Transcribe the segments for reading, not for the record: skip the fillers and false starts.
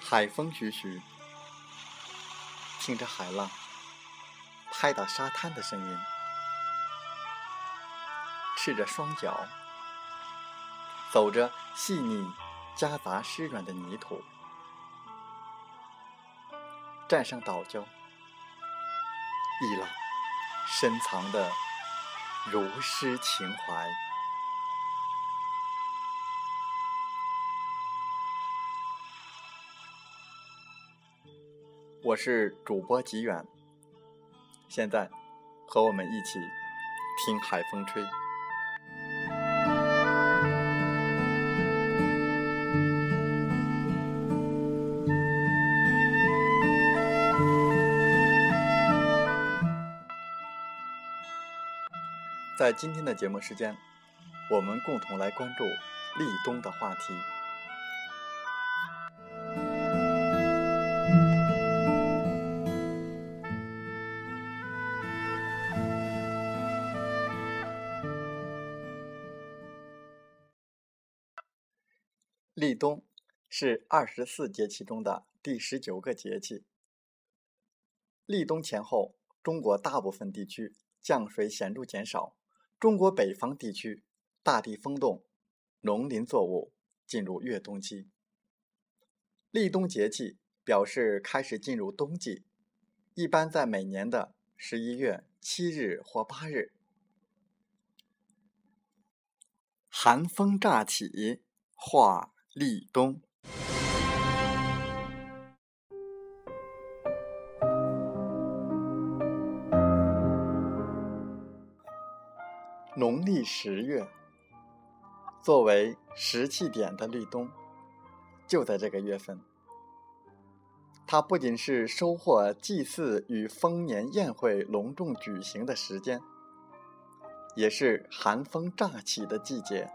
海风徐徐，听着海浪拍打沙滩的声音，赤着双脚走着细腻夹杂湿软的泥土，站上岛礁，一浪深藏的如诗情怀。我是主播吉远，现在和我们一起听海风吹。在今天的节目时间，我们共同来关注立冬的话题。立冬是24节气中的第19个节气。立冬前后，中国大部分地区降水显著减少，中国北方地区大地封冻，农林作物进入越冬期。立冬节气表示开始进入冬季，一般在每年的11月7日或8日。寒风乍起，话立冬。农历10月，作为时气点的立冬，就在这个月份。它不仅是收获祭祀与丰年宴会隆重举行的时间，也是寒风乍起的季节。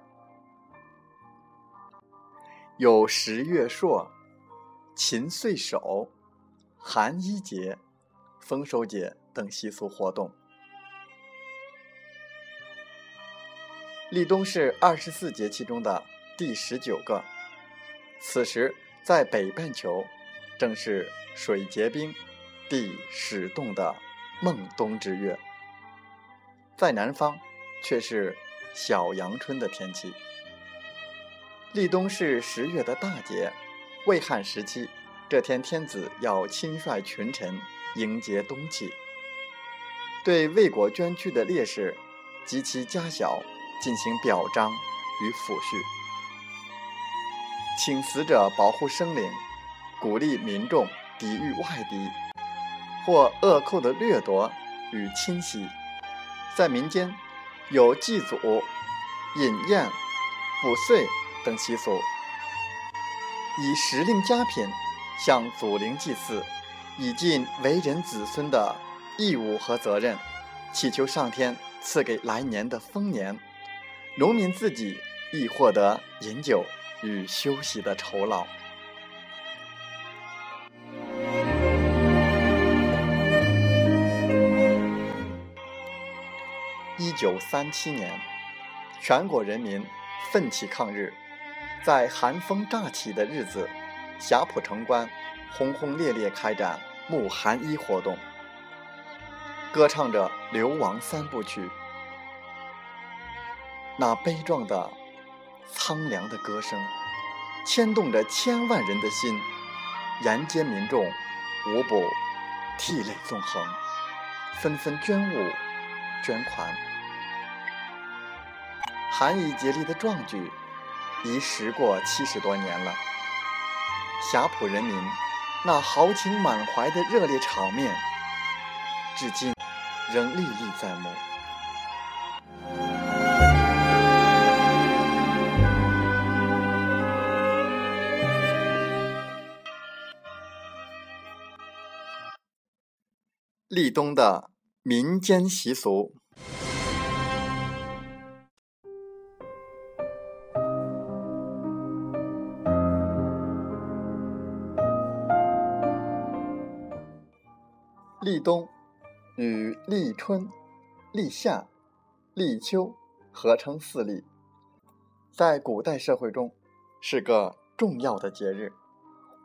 有10月朔、秦岁首、寒衣节、丰收节等习俗活动。立冬是24节气中的第19个，此时在北半球正是水结冰、地始冻的孟冬之月，在南方却是小阳春的天气。立冬是10月的大节，魏汉时期，这天天子要亲率群臣迎接冬季，对为国捐躯的烈士及其家小进行表彰与抚恤，请死者保护生灵，鼓励民众抵御外敌或扼寇的掠夺与侵袭。在民间有祭祖、饮宴、补岁等习俗，以时令佳品向祖灵祭祀，以尽为人子孙的义务和责任，祈求上天赐给来年的丰年，农民自己亦获得饮酒与休息的酬劳。1937年，全国人民奋起抗日，在寒风乍起的日子，霞浦城关轰轰烈烈开展募寒衣活动，歌唱着流亡3部曲。那悲壮的、苍凉的歌声，牵动着千万人的心，沿街民众无不涕泪纵横，纷纷捐物捐款。寒衣节里的壮举已时过70多年了，霞浦人民那豪情满怀的热烈场面，至今仍历历在目。立冬的民间习俗。立冬与立春、立夏、立秋合称4立，在古代社会中是个重要的节日。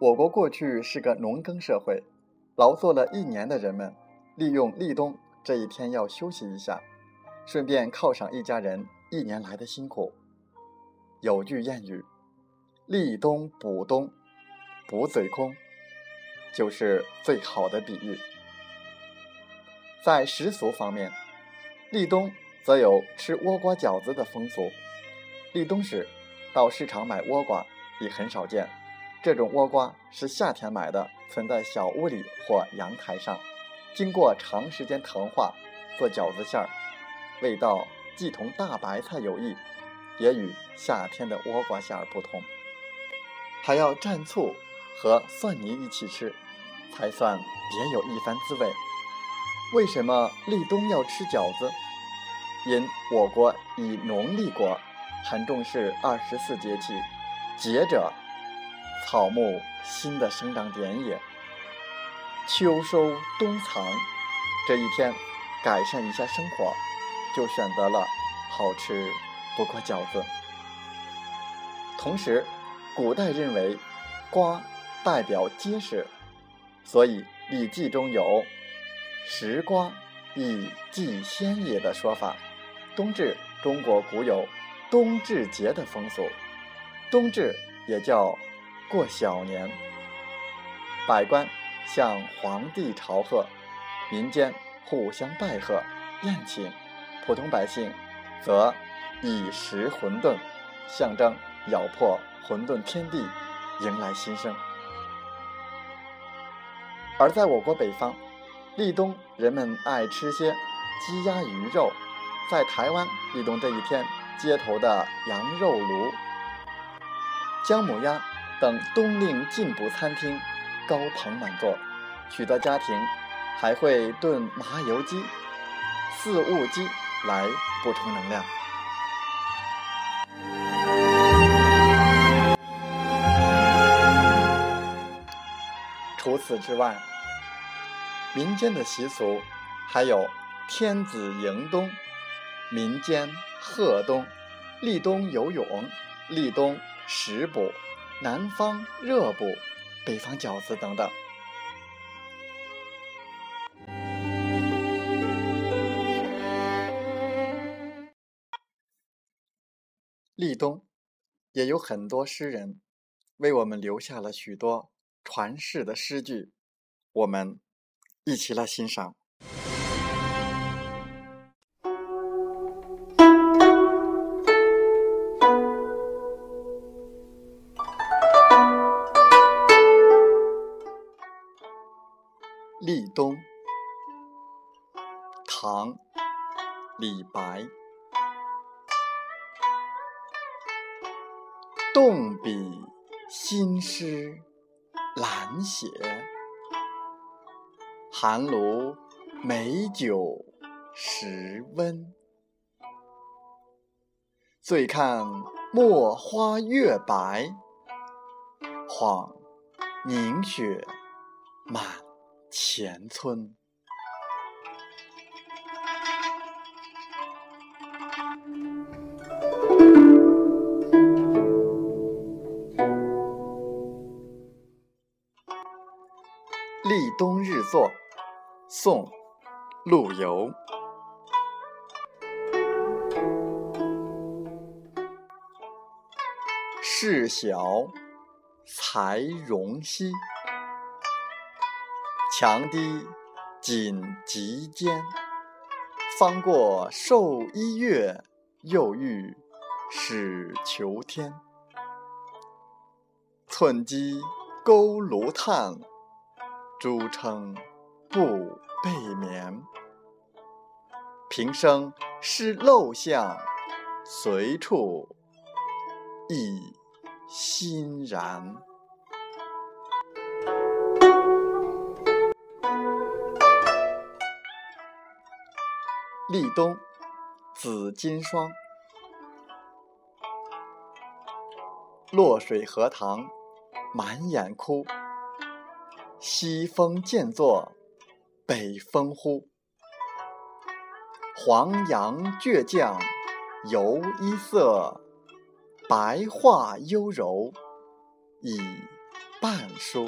我国过去是个农耕社会，劳作了1年的人们，利用立冬这一天要休息一下，顺便犒赏一家人1年来的辛苦。有句谚语，立冬补冬，补嘴空，就是最好的比喻。在习俗方面，立冬则有吃倭瓜饺子的风俗。立冬时到市场买倭瓜已很少见，这种倭瓜是夏天买的，存在小屋里或阳台上，经过长时间藤化做饺子馅儿，味道既同大白菜有异，也与夏天的倭瓜馅儿不同，还要蘸醋和蒜泥一起吃，才算别有一番滋味。为什么立冬要吃饺子？因我国以农立国，很重视24节气，节者草木新的生长点也，秋收冬藏，这一天改善一下生活，就选择了好吃不过饺子。同时古代认为瓜代表结实，所以《礼记》中有食瓜以祭先也的说法。冬至中国古有冬至节的风俗，冬至也叫过小年，百官向皇帝朝贺，民间互相拜贺宴请，普通百姓则以食馄饨，象征咬破混沌天地，迎来新生。而在我国北方，立冬人们爱吃些鸡鸭鱼肉，在台湾立冬这一天，街头的羊肉炉、姜母鸭等冬令进补餐厅高朋满座，许多家庭还会炖麻油鸡、四物鸡来补充能量。除此之外，民间的习俗还有天子迎冬、民间贺冬、立冬游泳、立冬食补、南方热补、北方饺子等等。立冬也有很多诗人为我们留下了许多传世的诗句，我们一起来欣赏。立冬，唐·李白。动笔新诗懒写，寒炉美酒时温。醉看墨花月白，晃凝雪满前村。立冬日作，宋·陆游。事小才容稀，强滴紧急间。方过寿1月，又欲始求天。寸鸡钩炉炭，朱称不备眠。平生失陋巷，随处亦欣然。立冬，紫金霜。落水荷塘满眼枯，西风渐作北风呼。黄杨倔强犹一色，白桦优柔已半书。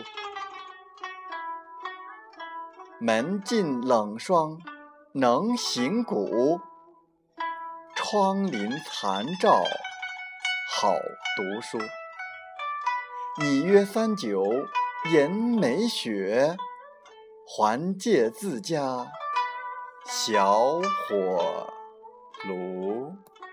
门禁冷霜能行古，窗临残照好读书。你约39饮美雪，还借自家小火炉。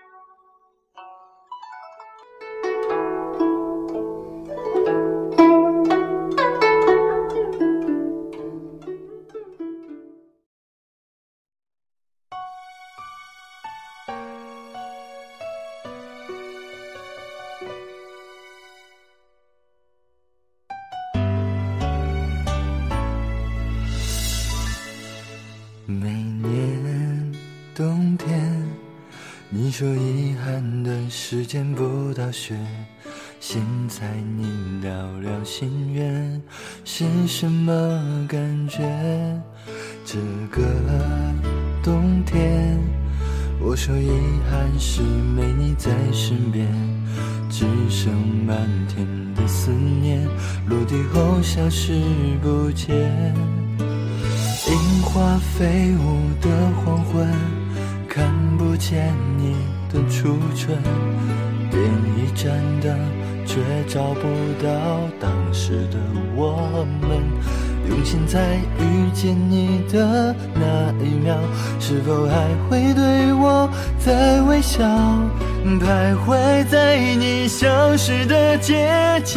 每年冬天，你说遗憾的时间不到雪，现在你聊聊心愿是什么感觉？这个冬天，我说遗憾是没你在身边，只剩漫天的思念，落地后消失不见。樱花飞舞的黄昏，看不见你的初春，点一盏灯，却找不到当时的我们。用心在遇见你的那一秒，是否还会对我在微笑，徘徊在你消失的街角。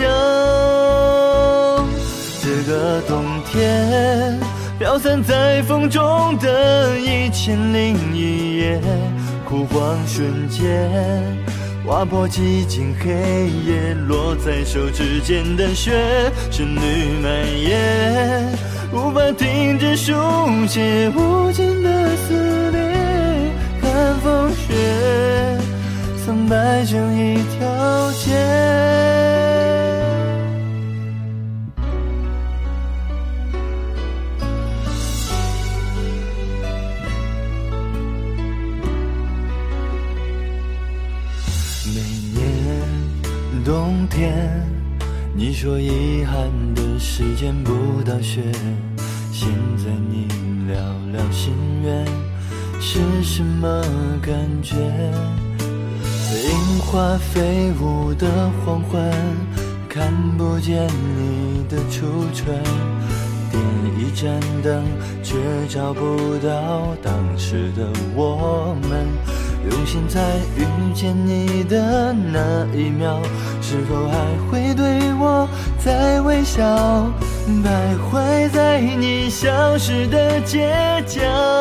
这个冬天，飘散在风中的1001夜，枯黄瞬间，划破寂静黑夜，落在手指间的雪，旋律蔓延，无法停止书写无尽的撕裂。看风雪，苍白成一条街。每年冬天，你说遗憾的时间不到雪，现在你聊聊心愿是什么感觉？樱花飞舞的黄昏，看不见你的初春，点一盏灯，却找不到当时的我们。用心在遇见你的那一秒，是否还会对我在微笑，徘徊在你消失的街角。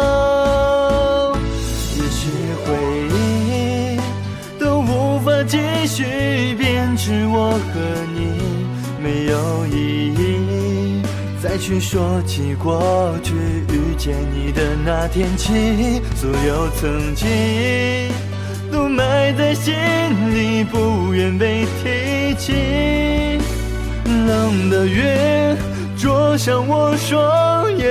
也许回忆都无法继续编织我和你没有意义，再去说起过去遇见你的那天起，所有曾经都埋在心里，不愿被提起。冷的月灼伤我双眼，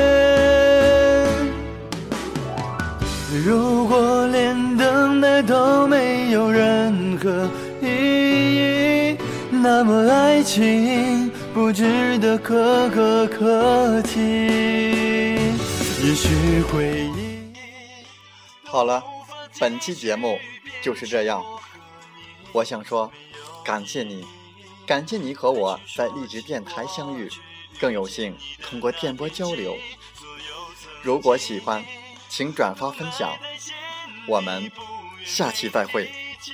如果连等待都没有任何意义，那么爱情不值得可歌可泣。也许回忆。 好了，本期节目就是这样。我想说，感谢你，感谢你和我在励志电台相遇，更有幸通过电波交流。如果喜欢，请转发分享。我们下期再会。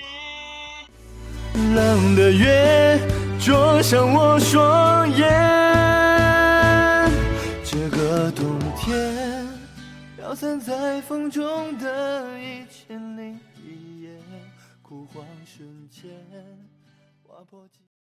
冷的月灼伤我双眼，这个冬天，飘散在风中的1001夜，枯黄瞬间，划破